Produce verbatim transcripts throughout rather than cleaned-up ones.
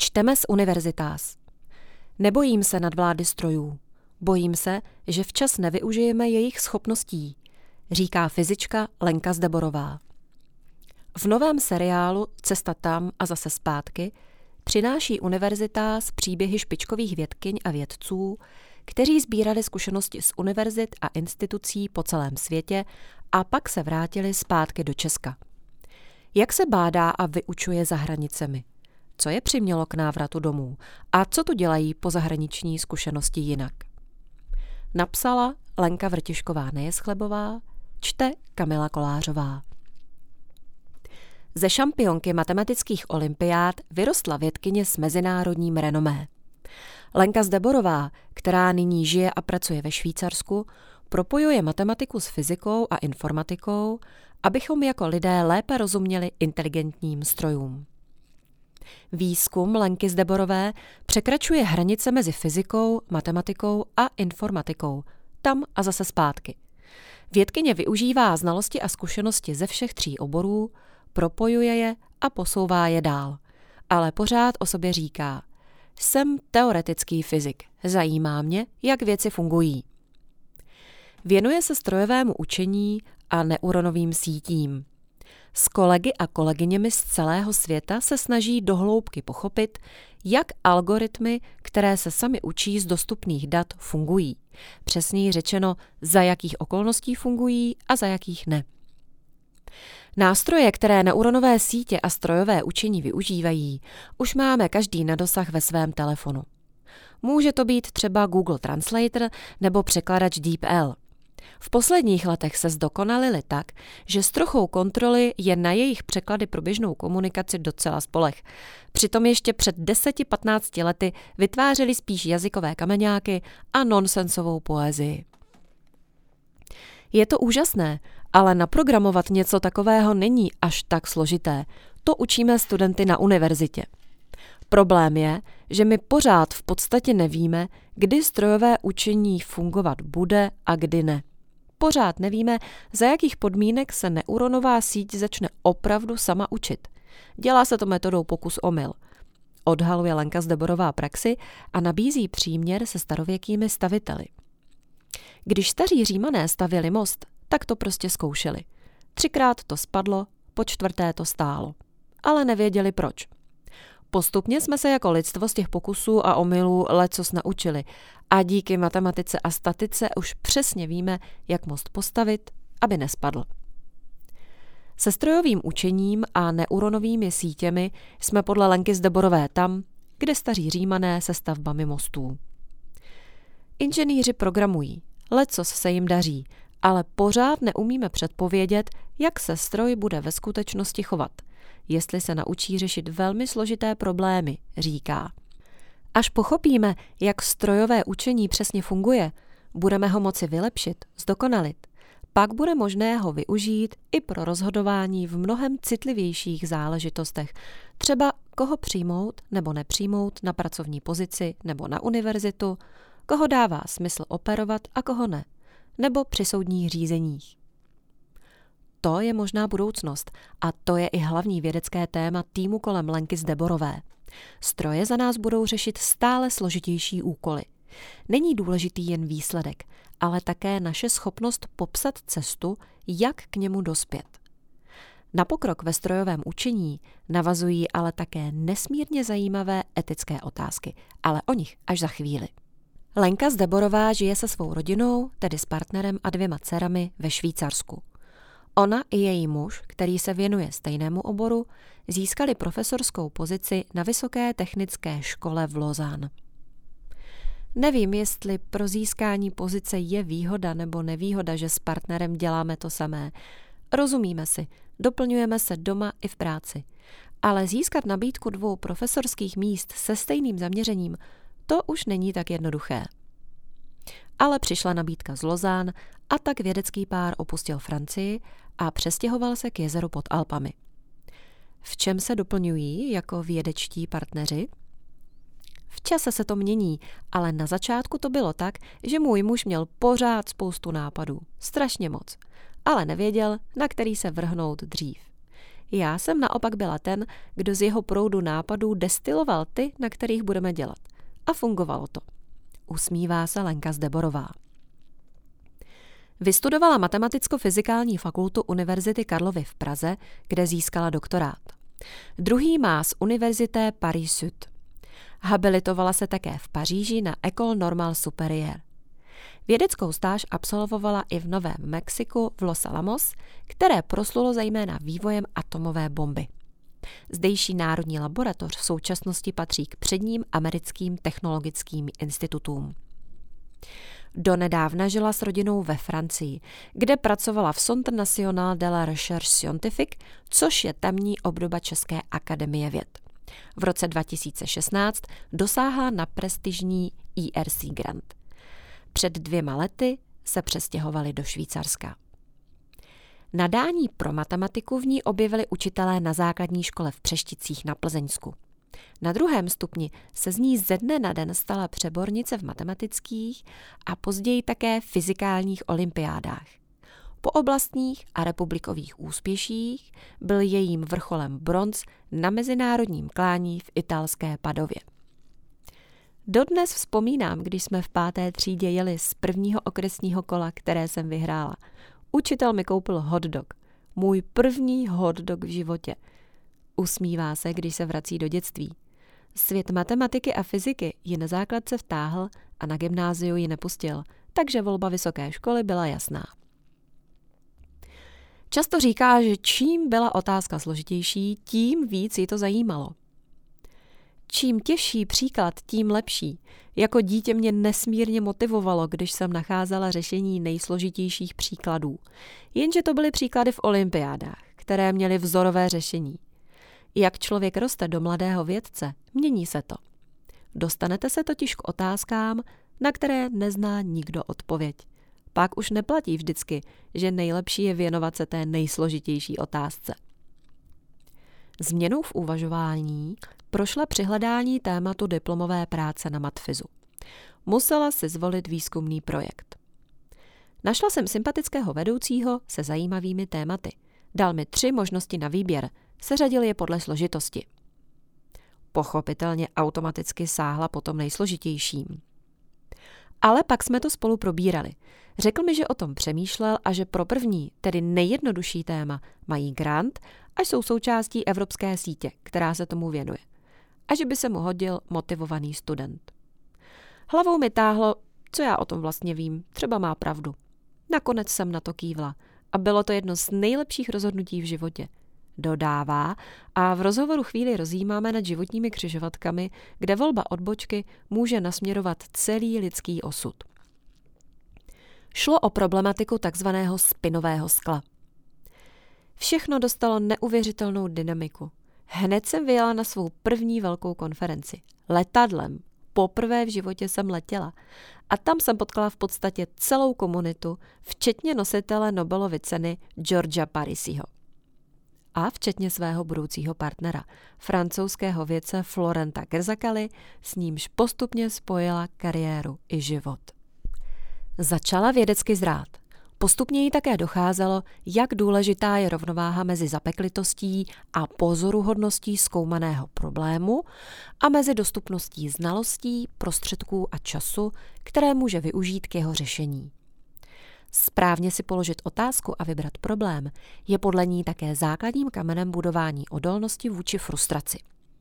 Čteme z Universitas. Nebojím se nadvlády strojů. Bojím se, že včas nevyužijeme jejich schopností, říká fyzička Lenka Zdeborová. V novém seriálu Cesta tam a zase zpátky přináší Universitas příběhy špičkových vědkyň a vědců, kteří sbírali zkušenosti z univerzit a institucí po celém světě a pak se vrátili zpátky do Česka. Jak se bádá a vyučuje za hranicemi? Co je přimělo k návratu domů? A co tu dělají po zahraniční zkušenosti jinak? Napsala Lenka Vrtišková-Nejeschlebová, čte Kamila Kolářová. Ze šampionky matematických olympiád vyrostla vědkyně s mezinárodním renomé. Lenka Zdeborová, která nyní žije a pracuje ve Švýcarsku, propojuje matematiku s fyzikou a informatikou, abychom jako lidé lépe rozuměli inteligentním strojům. Výzkum Lenky Zdeborové překračuje hranice mezi fyzikou, matematikou a informatikou, tam a zase zpátky. Vědkyně využívá znalosti a zkušenosti ze všech tří oborů, propojuje je a posouvá je dál. Ale pořád o sobě říká: jsem teoretický fyzik, zajímá mě, jak věci fungují. Věnuje se strojovému učení a neuronovým sítím. S kolegy a kolegyněmi z celého světa se snaží do hloubky pochopit, jak algoritmy, které se sami učí z dostupných dat, fungují. Přesněji řečeno, za jakých okolností fungují a za jakých ne. Nástroje, které neuronové sítě a strojové učení využívají, už máme každý na dosah ve svém telefonu. Může to být třeba Google Translator nebo překladač DeepL. V posledních letech se zdokonalily tak, že s trochou kontroly je na jejich překlady pro běžnou komunikaci docela spoleh. Přitom ještě před deseti patnácti lety vytvářeli spíš jazykové kameňáky a nonsensovou poezii. Je to úžasné, ale naprogramovat něco takového není až tak složité. To učíme studenty na univerzitě. Problém je, že my pořád v podstatě nevíme, kdy strojové učení fungovat bude a kdy ne. Pořád nevíme, za jakých podmínek se neuronová síť začne opravdu sama učit. Dělá se to metodou pokus-omyl. Odhaluje Lenka Zdeborová praxi a nabízí příměr se starověkými staviteli. Když staří Římané stavěli most, tak to prostě zkoušeli. Třikrát to spadlo, po čtvrté to stálo. Ale nevěděli proč. Postupně jsme se jako lidstvo z těch pokusů a omylů lecos naučili a díky matematice a statice už přesně víme, jak most postavit, aby nespadl. Se strojovým učením a neuronovými sítěmi jsme podle Lenky Zdeborové tam, kde staří Římané se stavbami mostů. Inženýři programují, lecos se jim daří, ale pořád neumíme předpovědět, jak se stroj bude ve skutečnosti chovat, jestli se naučí řešit velmi složité problémy, říká. Až pochopíme, jak strojové učení přesně funguje, budeme ho moci vylepšit, zdokonalit. Pak bude možné ho využít i pro rozhodování v mnohem citlivějších záležitostech, třeba koho přijmout nebo nepřijmout na pracovní pozici nebo na univerzitu, koho dává smysl operovat a koho ne, nebo při soudních řízeních. To je možná budoucnost a to je i hlavní vědecké téma týmu kolem Lenky Zdeborové. Stroje za nás budou řešit stále složitější úkoly. Není důležitý jen výsledek, ale také naše schopnost popsat cestu, jak k němu dospět. Na pokrok ve strojovém učení navazují ale také nesmírně zajímavé etické otázky, ale o nich až za chvíli. Lenka Zdeborová žije se svou rodinou, tedy s partnerem a dvěma dcerami ve Švýcarsku. Ona i její muž, který se věnuje stejnému oboru, získali profesorskou pozici na Vysoké technické škole v Lausanne. Nevím, jestli pro získání pozice je výhoda nebo nevýhoda, že s partnerem děláme to samé. Rozumíme si, doplňujeme se doma i v práci. Ale získat nabídku dvou profesorských míst se stejným zaměřením, to už není tak jednoduché. Ale přišla nabídka z Lausanne a tak vědecký pár opustil Francii a přestěhoval se k jezeru pod Alpami. V čem se doplňují jako vědečtí partneři? V čase se to mění, ale na začátku to bylo tak, že můj muž měl pořád spoustu nápadů, strašně moc, ale nevěděl, na který se vrhnout dřív. Já jsem naopak byla ten, kdo z jeho proudu nápadů destiloval ty, na kterých budeme dělat. A fungovalo to. Usmívá se Lenka Zdeborová. Vystudovala Matematicko-fyzikální fakultu Univerzity Karlovy v Praze, kde získala doktorát. Druhý má z Univerzité Paris-Sud. Habilitovala se také v Paříži na École Normale Supérieure. Vědeckou stáž absolvovala i v Novém Mexiku v Los Alamos, které proslulo zejména vývojem atomové bomby. Zdejší národní laboratoř v současnosti patří k předním americkým technologickým institutům. Donedávna žila s rodinou ve Francii, kde pracovala v Centre National de la Recherche Scientifique, což je tamní obdoba České akademie věd. V roce dva tisíce šestnáct dosáhla na prestižní I R C grant. Před dvěma lety se přestěhovali do Švýcarska. Nadání pro matematiku v ní objevili učitelé na základní škole v Přešticích na Plzeňsku. Na druhém stupni se z ní ze dne na den stala přebornice v matematických a později také fyzikálních olympiádách. Po oblastních a republikových úspěších byl jejím vrcholem bronz na mezinárodním klání v italské Padově. Dodnes vzpomínám, když jsme v páté třídě jeli z prvního okresního kola, které jsem vyhrála. Učitel mi koupil hot dog. Můj první hot dog v životě. Usmívá se, když se vrací do dětství. Svět matematiky a fyziky ji na základce vtáhl a na gymnáziu ji nepustil, takže volba vysoké školy byla jasná. Často říká, že čím byla otázka složitější, tím víc ji to zajímalo. Čím těžší příklad, tím lepší. Jako dítě mě nesmírně motivovalo, když jsem nacházela řešení nejsložitějších příkladů. Jenže to byly příklady v olympiádách, které měly vzorové řešení. Jak člověk roste do mladého vědce, mění se to. Dostanete se totiž k otázkám, na které nezná nikdo odpověď. Pak už neplatí vždycky, že nejlepší je věnovat se té nejsložitější otázce. Změnou v uvažování prošla při hledání tématu diplomové práce na matfizu. Musela si zvolit výzkumný projekt. Našla jsem sympatického vedoucího se zajímavými tématy. Dal mi tři možnosti na výběr, seřadil je podle složitosti. Pochopitelně automaticky sáhla po tom nejsložitějším. Ale pak jsme to spolu probírali. Řekl mi, že o tom přemýšlel a že pro první, tedy nejjednodušší téma, mají grant a jsou součástí evropské sítě, která se tomu věnuje. A že by se mu hodil motivovaný student. Hlavou mi táhlo, co já o tom vlastně vím, třeba má pravdu. Nakonec jsem na to kývla a bylo to jedno z nejlepších rozhodnutí v životě. Dodává a v rozhovoru chvíli rozjímáme nad životními křižovatkami, kde volba odbočky může nasměrovat celý lidský osud. Šlo o problematiku takzvaného spinového skla. Všechno dostalo neuvěřitelnou dynamiku. Hned jsem vyjela na svou první velkou konferenci. Letadlem. Poprvé v životě jsem letěla. A tam jsem potkala v podstatě celou komunitu, včetně nositele Nobelovy ceny Georgea Parisiho. A včetně svého budoucího partnera, francouzského vědce Florenta Gerzakaly, s nímž postupně spojila kariéru i život. Začala vědecky zrát. Postupně jí také docházelo, jak důležitá je rovnováha mezi zapeklitostí a pozoruhodností zkoumaného problému a mezi dostupností znalostí, prostředků a času, které může využít k jeho řešení. Správně si položit otázku a vybrat problém je podle ní také základním kamenem budování odolnosti vůči frustraci.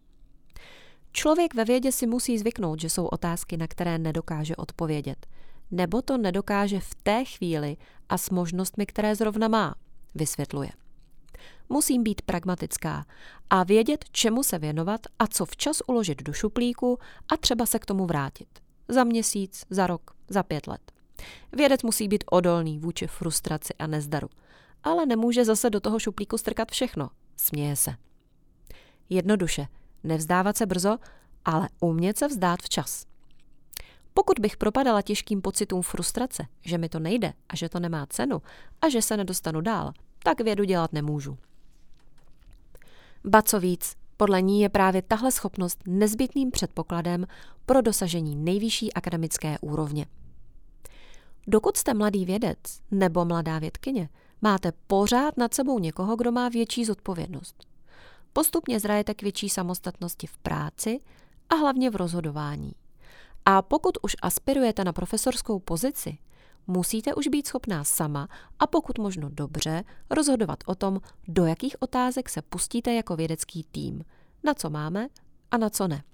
Člověk ve vědě si musí zvyknout, že jsou otázky, na které nedokáže odpovědět, nebo to nedokáže v té chvíli a s možnostmi, které zrovna má, vysvětluje. Musím být pragmatická a vědět, čemu se věnovat a co včas uložit do šuplíku a třeba se k tomu vrátit. Za měsíc, za rok, za pět let. Vědec musí být odolný vůči frustraci a nezdaru, ale nemůže zase do toho šuplíku strkat všechno, směje se. Jednoduše, nevzdávat se brzo, ale umět se vzdát včas. Pokud bych propadala těžkým pocitům frustrace, že mi to nejde a že to nemá cenu a že se nedostanu dál, tak vědu dělat nemůžu. Ba co víc, podle ní je právě tahle schopnost nezbytným předpokladem pro dosažení nejvyšší akademické úrovně. Dokud jste mladý vědec nebo mladá vědkyně, Máte pořád nad sebou někoho, kdo má větší zodpovědnost. Postupně zrajete k větší samostatnosti v práci a hlavně v rozhodování. A pokud už aspirujete na profesorskou pozici, musíte už být schopná sama a pokud možno dobře rozhodovat o tom, do jakých otázek se pustíte jako vědecký tým, na co máme a na co ne.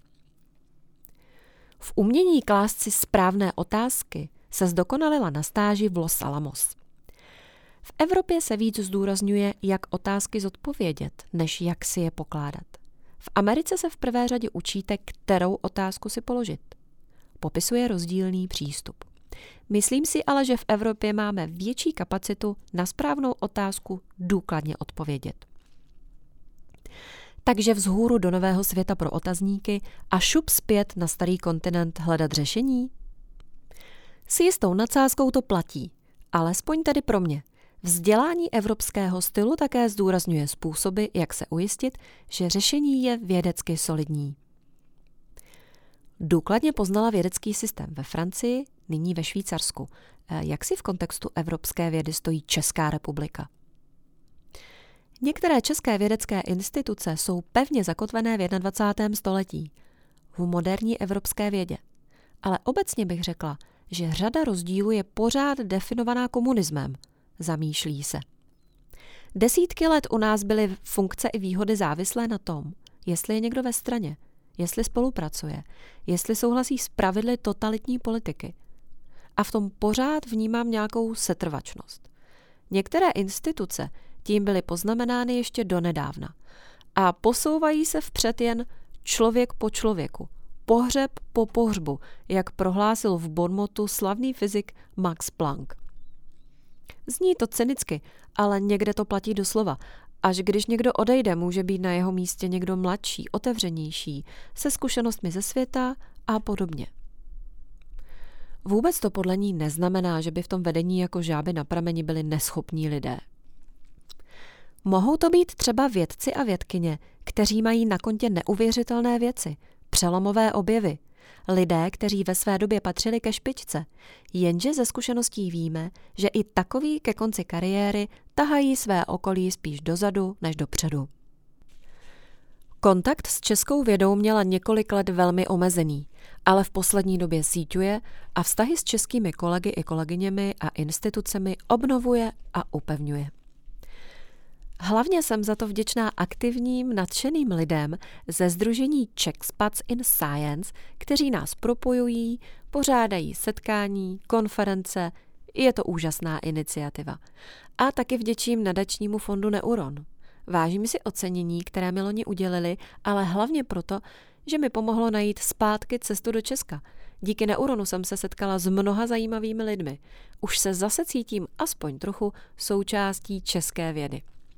V umění klást si správné otázky se zdokonalila na stáži v Los Alamos. V Evropě se víc zdůrazňuje, jak otázky zodpovědět, než jak si je pokládat. V Americe se v prvé řadě učíte, kterou otázku si položit. Popisuje rozdílný přístup. Myslím si ale, že v Evropě máme větší kapacitu na správnou otázku důkladně odpovědět. Takže vzhůru do nového světa pro otazníky a šup zpět na starý kontinent hledat řešení? S jistou nadsázkou to platí, alespoň tedy pro mě. Vzdělání evropského stylu také zdůrazňuje způsoby, jak se ujistit, že řešení je vědecky solidní. Důkladně poznala vědecký systém ve Francii, nyní ve Švýcarsku. Jak si v kontextu evropské vědy stojí Česká republika? Některé české vědecké instituce jsou pevně zakotvené v dvacátém prvním století, v moderní evropské vědě. Ale obecně bych řekla, že řada rozdílů je pořád definovaná komunismem, zamýšlí se. Desítky let u nás byly funkce i výhody závislé na tom, jestli je někdo ve straně, jestli spolupracuje, jestli souhlasí s pravidly totalitní politiky. A v tom pořád vnímám nějakou setrvačnost. Některé instituce tím byly poznamenány ještě donedávna a posouvají se vpřed jen člověk po člověku, pohřeb po pohřbu, jak prohlásil v Bonmotu slavný fyzik Max Planck. Zní to cynicky, ale někde to platí doslova. Až když někdo odejde, může být na jeho místě někdo mladší, otevřenější, se zkušenostmi ze světa a podobně. Vůbec to podle ní neznamená, že by v tom vedení jako žáby na prameni byli neschopní lidé. Mohou to být třeba vědci a vědkyně, kteří mají na kontě neuvěřitelné věci, přelomové objevy, lidé, kteří ve své době patřili ke špičce, jenže ze zkušeností víme, že i takoví ke konci kariéry tahají své okolí spíš dozadu než dopředu. Kontakt s českou vědou měla několik let velmi omezený, ale v poslední době síťuje a vztahy s českými kolegy i kolegyněmi a institucemi obnovuje a upevňuje. Hlavně jsem za to vděčná aktivním, nadšeným lidem ze sdružení Czechspats in Science, kteří nás propojují, pořádají setkání, konference, je to úžasná iniciativa. A taky vděčím nadačnímu fondu Neuron. Vážím si ocenění, které mi loni udělili, ale hlavně proto, že mi pomohlo najít zpátky cestu do Česka. Díky Neuronu jsem se setkala s mnoha zajímavými lidmi. Už se zase cítím aspoň trochu součástí české vědy.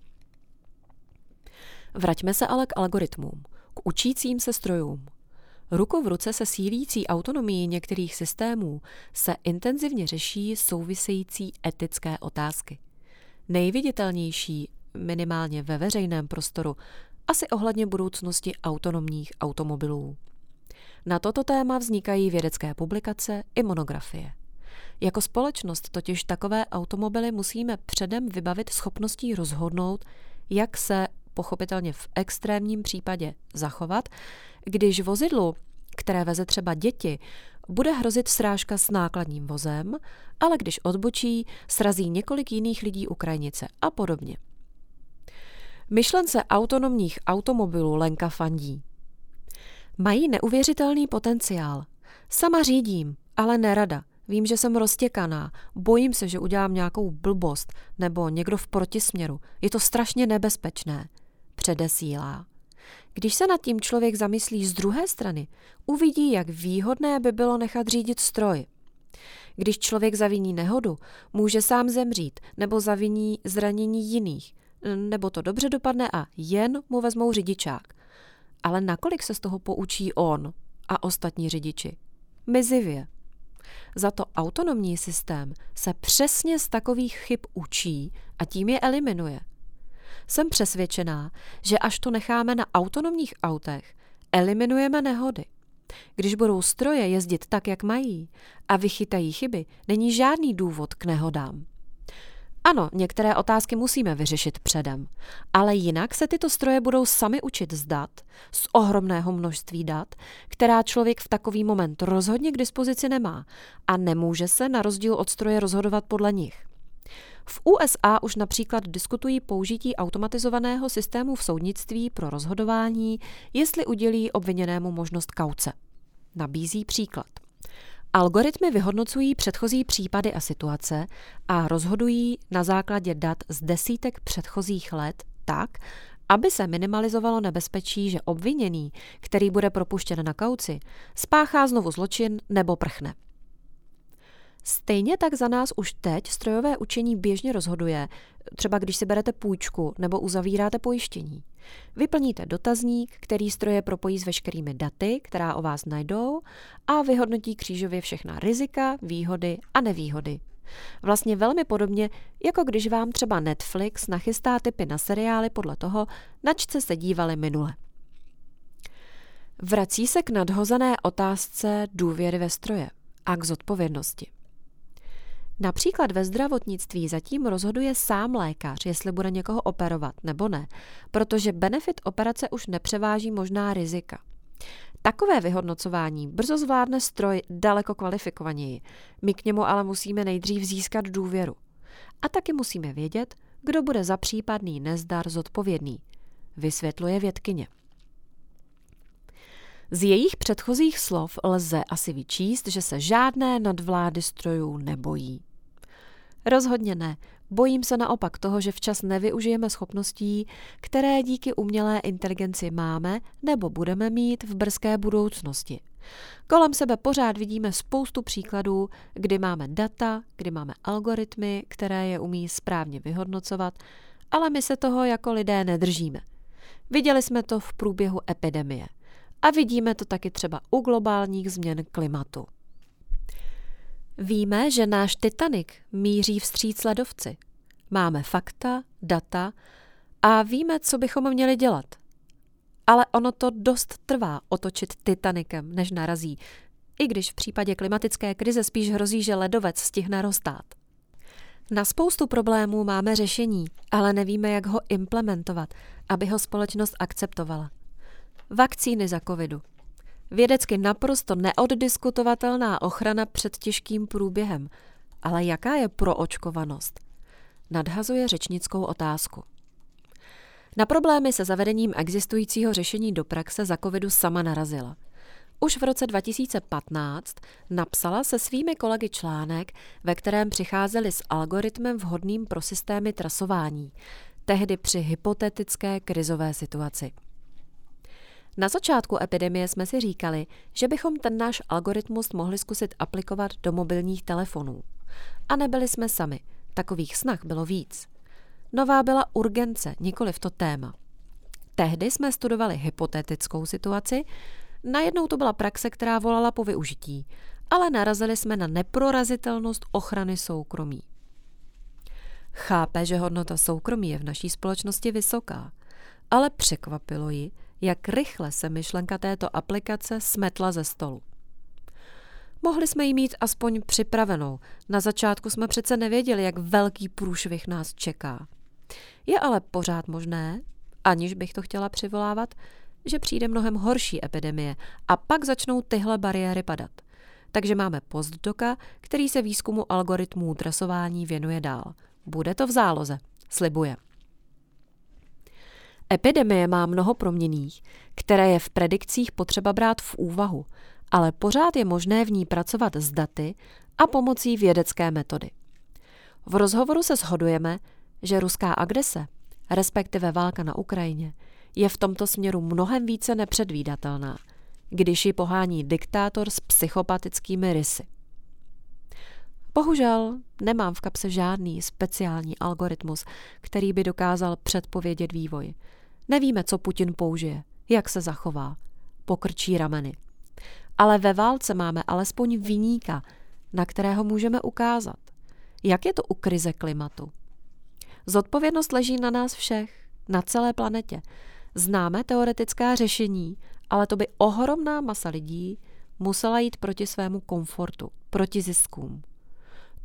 Vraťme se ale k algoritmům, k učícím se strojům. Ruku v ruce se sílící autonomií některých systémů se intenzivně řeší související etické otázky. Nejviditelnější, minimálně ve veřejném prostoru, asi ohledně budoucnosti autonomních automobilů. Na toto téma vznikají vědecké publikace i monografie. Jako společnost totiž takové automobily musíme předem vybavit schopností rozhodnout, jak se pochopitelně v extrémním případě zachovat, když vozidlu, které veze třeba děti, bude hrozit srážka s nákladním vozem, ale když odbočí, srazí několik jiných lidí u krajnice a podobně. Myšlence autonomních automobilů Lenka fandí. Mají neuvěřitelný potenciál. Sama řídím, ale nerada. Vím, že jsem roztěkaná, bojím se, že udělám nějakou blbost nebo někdo v protisměru. Je to strašně nebezpečné, předesílá. Když se nad tím člověk zamyslí z druhé strany, uvidí, jak výhodné by bylo nechat řídit stroj. Když člověk zaviní nehodu, může sám zemřít nebo zaviní zranění jiných, nebo to dobře dopadne a jen mu vezmou řidičák. Ale nakolik se z toho poučí on a ostatní řidiči? Mizivě. Za to autonomní systém se přesně z takových chyb učí a tím je eliminuje. Jsem přesvědčená, že až to necháme na autonomních autech, eliminujeme nehody. Když budou stroje jezdit tak, jak mají a vychytají chyby, není žádný důvod k nehodám. Ano, některé otázky musíme vyřešit předem, ale jinak se tyto stroje budou sami učit z dat, z ohromného množství dat, která člověk v takový moment rozhodně k dispozici nemá a nemůže se na rozdíl od stroje rozhodovat podle nich. V U S A už například diskutují použití automatizovaného systému v soudnictví pro rozhodování, jestli udělí obviněnému možnost kauce. Nabízí příklad. Algoritmy vyhodnocují předchozí případy a situace a rozhodují na základě dat z desítek předchozích let tak, aby se minimalizovalo nebezpečí, že obviněný, který bude propuštěn na kauci, spáchá znovu zločin nebo prchne. Stejně tak za nás už teď strojové učení běžně rozhoduje, třeba když si berete půjčku nebo uzavíráte pojištění. Vyplníte dotazník, který stroje propojí s veškerými daty, která o vás najdou, a vyhodnotí křížově všechna rizika, výhody a nevýhody. Vlastně velmi podobně, jako když vám třeba Netflix nachystá tipy na seriály podle toho, nač jste se dívali minule. Vrací se k nadhozené otázce důvěry ve stroje a k zodpovědnosti. Například ve zdravotnictví zatím rozhoduje sám lékař, jestli bude někoho operovat nebo ne, protože benefit operace už nepřeváží možná rizika. Takové vyhodnocování brzo zvládne stroj daleko kvalifikovaněji. My k němu ale musíme nejdřív získat důvěru. A taky musíme vědět, kdo bude za případný nezdar zodpovědný, vysvětluje vědkyně. Z jejich předchozích slov lze asi vyčíst, že se žádné nadvlády strojů nebojí. Rozhodně ne. Bojím se naopak toho, že včas nevyužijeme schopností, které díky umělé inteligenci máme nebo budeme mít v brzké budoucnosti. Kolem sebe pořád vidíme spoustu příkladů, kdy máme data, kdy máme algoritmy, které je umí správně vyhodnocovat, ale my se toho jako lidé nedržíme. Viděli jsme to v průběhu epidemie. A vidíme to taky třeba u globálních změn klimatu. Víme, že náš Titanic míří vstříc ledovci. Máme fakta, data a víme, co bychom měli dělat. Ale ono to dost trvá otočit Titanicem, než narazí, i když v případě klimatické krize spíš hrozí, že ledovec stihne roztát. Na spoustu problémů máme řešení, ale nevíme, jak ho implementovat, aby ho společnost akceptovala. Vakcíny za covidu. Vědecky naprosto neoddiskutovatelná ochrana před těžkým průběhem. Ale jaká je proočkovanost? Nadhazuje řečnickou otázku. Na problémy se zavedením existujícího řešení do praxe za covidu sama narazila. Už v roce dva tisíce patnáct napsala se svými kolegy článek, ve kterém přicházeli s algoritmem vhodným pro systémy trasování, tehdy při hypotetické krizové situaci. Na začátku epidemie jsme si říkali, že bychom ten náš algoritmus mohli zkusit aplikovat do mobilních telefonů. A nebyli jsme sami, takových snah bylo víc. Nová byla urgence, nikoliv to téma. Tehdy jsme studovali hypotetickou situaci, najednou to byla praxe, která volala po využití, ale narazili jsme na neprorazitelnost ochrany soukromí. Chápe, že hodnota soukromí je v naší společnosti vysoká, ale překvapilo ji, jak rychle se myšlenka této aplikace smetla ze stolu. Mohli jsme ji mít aspoň připravenou, na začátku jsme přece nevěděli, jak velký průšvih nás čeká. Je ale pořád možné, aniž bych to chtěla přivolávat, že přijde mnohem horší epidemie a pak začnou tyhle bariéry padat. Takže máme postdoka, který se výzkumu algoritmů trasování věnuje dál. Bude to v záloze, slibuje. Epidemie má mnoho proměnných, které je v predikcích potřeba brát v úvahu, ale pořád je možné v ní pracovat s daty a pomocí vědecké metody. V rozhovoru se shodujeme, že ruská agrese, respektive válka na Ukrajině, je v tomto směru mnohem více nepředvídatelná, když ji pohání diktátor s psychopatickými rysy. Bohužel nemám v kapse žádný speciální algoritmus, který by dokázal předpovědět vývoj. Nevíme, co Putin použije, jak se zachová, pokrčí rameny. Ale ve válce máme alespoň viníka, na kterého můžeme ukázat. Jak je to u krize klimatu? Zodpovědnost leží na nás všech, na celé planetě. Známe teoretická řešení, ale to by ohromná masa lidí musela jít proti svému komfortu, proti ziskům.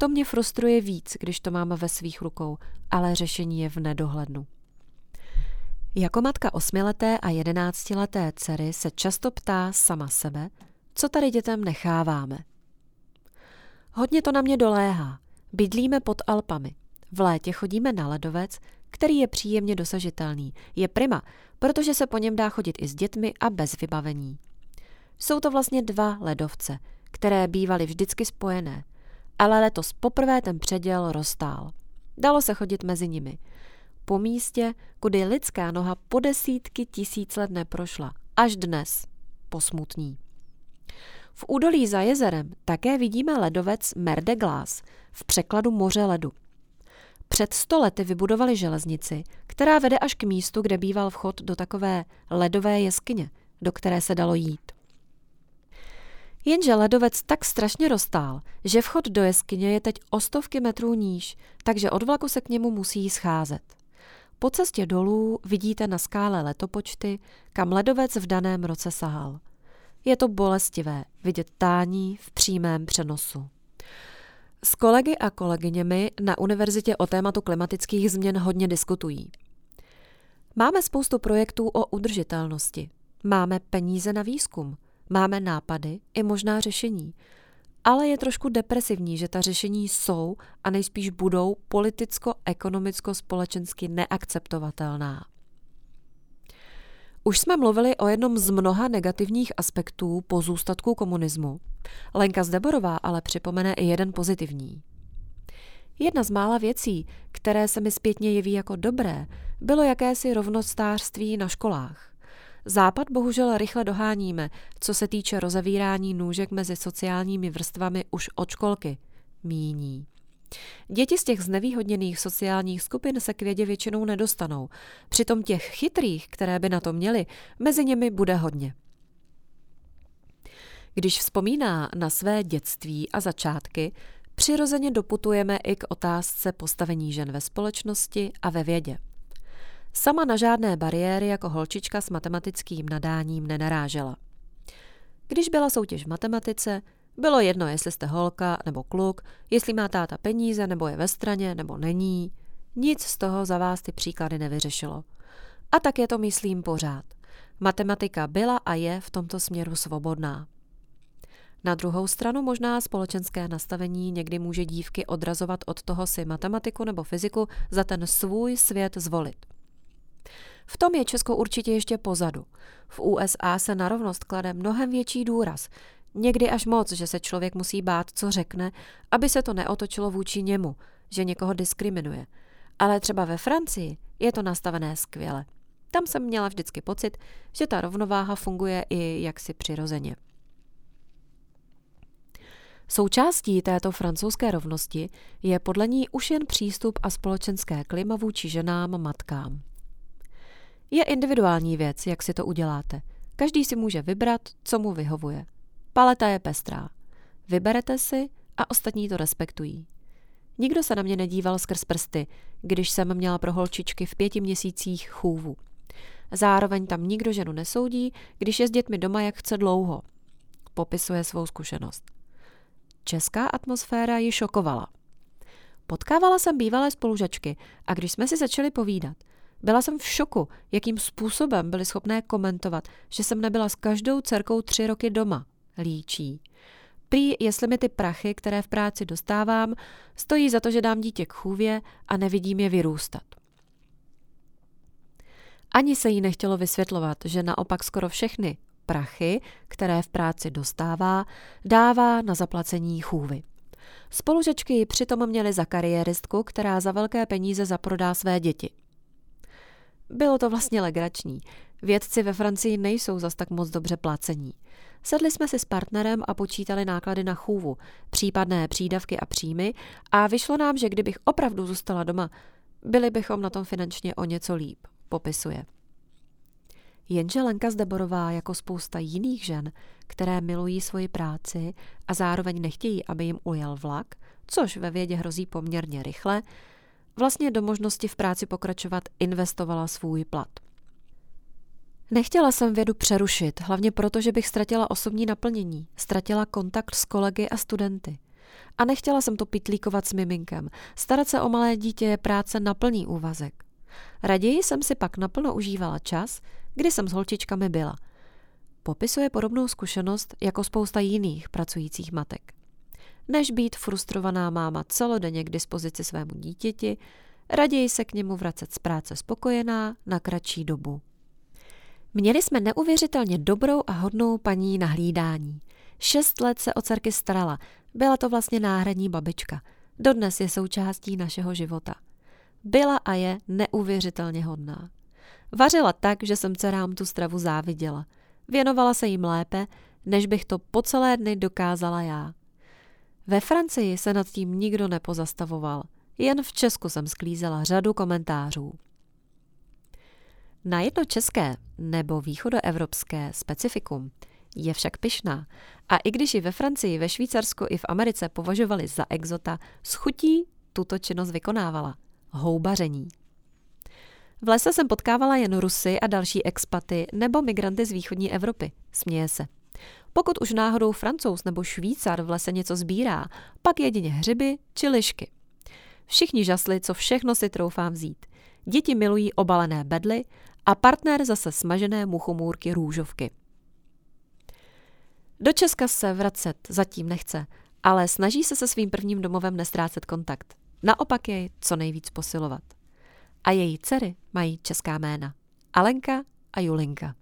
To mě frustruje víc, když to mám ve svých rukou, ale řešení je v nedohlednu. Jako matka osmileté a jedenáctileté dcery se často ptá sama sebe, co tady dětem necháváme. Hodně to na mě doléhá. Bydlíme pod Alpami. V létě chodíme na ledovec, který je příjemně dosažitelný. Je prima, protože se po něm dá chodit i s dětmi a bez vybavení. Jsou to vlastně dva ledovce, které bývaly vždycky spojené, ale letos poprvé ten předěl roztál. Dalo se chodit mezi nimi. Po místě, kudy lidská noha po desítky tisíc let neprošla. Až dnes. Posmutní. V údolí za jezerem také vidíme ledovec Mer de Glace, v překladu moře ledu. Před sto lety vybudovali železnici, která vede až k místu, kde býval vchod do takové ledové jeskyně, do které se dalo jít. Jenže ledovec tak strašně roztál, že vchod do jeskyně je teď o stovky metrů níž, takže od vlaku se k němu musí scházet. Po cestě dolů vidíte na skále letopočty, kam ledovec v daném roce sahal. Je to bolestivé vidět tání v přímém přenosu. S kolegy a kolegyněmi na univerzitě o tématu klimatických změn hodně diskutují. Máme spoustu projektů o udržitelnosti. Máme peníze na výzkum. Máme nápady i možná řešení. Ale je trošku depresivní, že ta řešení jsou a nejspíš budou politicko-ekonomicko-společensky neakceptovatelná. Už jsme mluvili o jednom z mnoha negativních aspektů pozůstatků komunismu. Lenka Zdeborová ale připomene i jeden pozitivní. Jedna z mála věcí, které se mi zpětně jeví jako dobré, bylo jakési rovnostářství na školách. Západ bohužel rychle doháníme, co se týče rozevírání nůžek mezi sociálními vrstvami už od školky. Míní. Děti z těch znevýhodněných sociálních skupin se k vědě většinou nedostanou. Přitom těch chytrých, které by na to měly, mezi nimi bude hodně. Když vzpomíná na své dětství a začátky, přirozeně doputujeme i k otázce postavení žen ve společnosti a ve vědě. Sama na žádné bariéry jako holčička s matematickým nadáním nenarážela. Když byla soutěž v matematice, bylo jedno, jestli jste holka nebo kluk, jestli má táta peníze nebo je ve straně nebo není. Nic z toho za vás ty příklady nevyřešilo. A tak je to, myslím, pořád. Matematika byla a je v tomto směru svobodná. Na druhou stranu možná společenské nastavení někdy může dívky odrazovat od toho si matematiku nebo fyziku za ten svůj svět zvolit. V tom je Česko určitě ještě pozadu. V U S A se na rovnost klade mnohem větší důraz, někdy až moc, že se člověk musí bát, co řekne, aby se to neotočilo vůči němu, že někoho diskriminuje. Ale třeba ve Francii je to nastavené skvěle. Tam jsem měla vždycky pocit, že ta rovnováha funguje i jaksi přirozeně. Součástí této francouzské rovnosti je podle ní už jen přístup a společenské klima vůči ženám, matkám. Je individuální věc, jak si to uděláte. Každý si může vybrat, co mu vyhovuje. Paleta je pestrá. Vyberete si a ostatní to respektují. Nikdo se na mě nedíval skrz prsty, když jsem měla pro holčičky v pěti měsících chůvu. Zároveň tam nikdo ženu nesoudí, když je s dětmi doma jak chce dlouho. Popisuje svou zkušenost. Česká atmosféra ji šokovala. Potkávala jsem bývalé spolužačky a když jsme si začali povídat, byla jsem v šoku, jakým způsobem byly schopné komentovat, že jsem nebyla s každou dcerkou tři roky doma, líčí. Prý, jestli mi ty prachy, které v práci dostávám, stojí za to, že dám dítě k chůvě a nevidím je vyrůstat. Ani se jí nechtělo vysvětlovat, že naopak skoro všechny prachy, které v práci dostává, dává na zaplacení chůvy. Spolužačky ji přitom měly za kariéristku, která za velké peníze zaprodá své děti. Bylo to vlastně legrační. Vědci ve Francii nejsou zas tak moc dobře placení. Sedli jsme si s partnerem a počítali náklady na chůvu, případné přídavky a příjmy a vyšlo nám, že kdybych opravdu zůstala doma, byli bychom na tom finančně o něco líp, popisuje. Jenže Lenka Zdeborová jako spousta jiných žen, které milují svoji práci a zároveň nechtějí, aby jim ujel vlak, což ve vědě hrozí poměrně rychle, vlastně do možnosti v práci pokračovat investovala svůj plat. Nechtěla jsem vědu přerušit, hlavně proto, že bych ztratila osobní naplnění, ztratila kontakt s kolegy a studenty. A nechtěla jsem to pitlíkovat s miminkem. Starat se o malé dítě je práce na plný úvazek. Raději jsem si pak naplno užívala čas, kdy jsem s holčičkami byla. Popisuje podobnou zkušenost jako spousta jiných pracujících matek. Než být frustrovaná máma celodenně k dispozici svému dítěti, raději se k němu vracet z práce spokojená na kratší dobu. Měli jsme neuvěřitelně dobrou a hodnou paní na hlídání. Šest let se o dcerky starala, byla to vlastně náhradní babička. Dodnes je součástí našeho života. Byla a je neuvěřitelně hodná. Vařila tak, že jsem dcerám tu stravu záviděla. Věnovala se jim lépe, než bych to po celé dny dokázala já. Ve Francii se nad tím nikdo nepozastavoval. Jen v Česku jsem sklízela řadu komentářů. Na jedno české nebo východoevropské specifikum je však pyšná a i když ji ve Francii, ve Švýcarsku i v Americe považovali za exota, s chutí tuto činnost vykonávala. Houbaření. V lese jsem potkávala jen Rusy a další expaty nebo migranty z východní Evropy. Směje se. Pokud už náhodou Francouz nebo Švýcar v lese něco sbírá, pak jedině hřiby či lišky. Všichni žasli, co všechno si troufám vzít. Děti milují obalené bedly a partner zase smažené muchomůrky růžovky. Do Česka se vracet zatím nechce, ale snaží se se svým prvním domovem nestrácet kontakt. Naopak jej co nejvíc posilovat. A její dcery mají česká jména. Alenka a Julinka.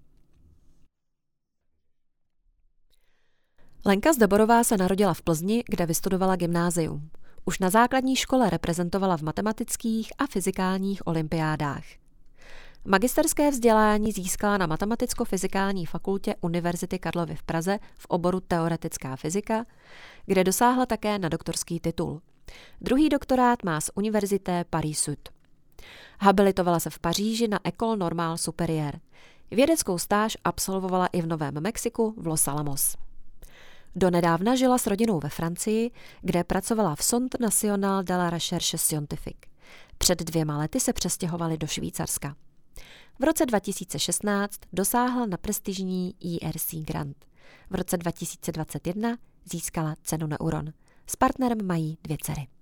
Lenka Zdaborová se narodila v Plzni, kde vystudovala gymnázium. Už na základní škole reprezentovala v matematických a fyzikálních olympiádách. Magisterské vzdělání získala na Matematicko-fyzikální fakultě Univerzity Karlovy v Praze v oboru teoretická fyzika, kde dosáhla také na doktorský titul. Druhý doktorát má z Univerzité Paris-Sud. Habilitovala se v Paříži na École Normale Supérieure. Vědeckou stáž absolvovala i v Novém Mexiku v Los Alamos. Donedávna žila s rodinou ve Francii, kde pracovala v Centre National de la Recherche Scientifique. Před dvěma lety se přestěhovali do Švýcarska. V roce dva tisíce šestnáct dosáhla na prestižní E R C grant. V roce dva tisíce dvacet jedna získala cenu Neuron. S partnerem mají dvě dcery.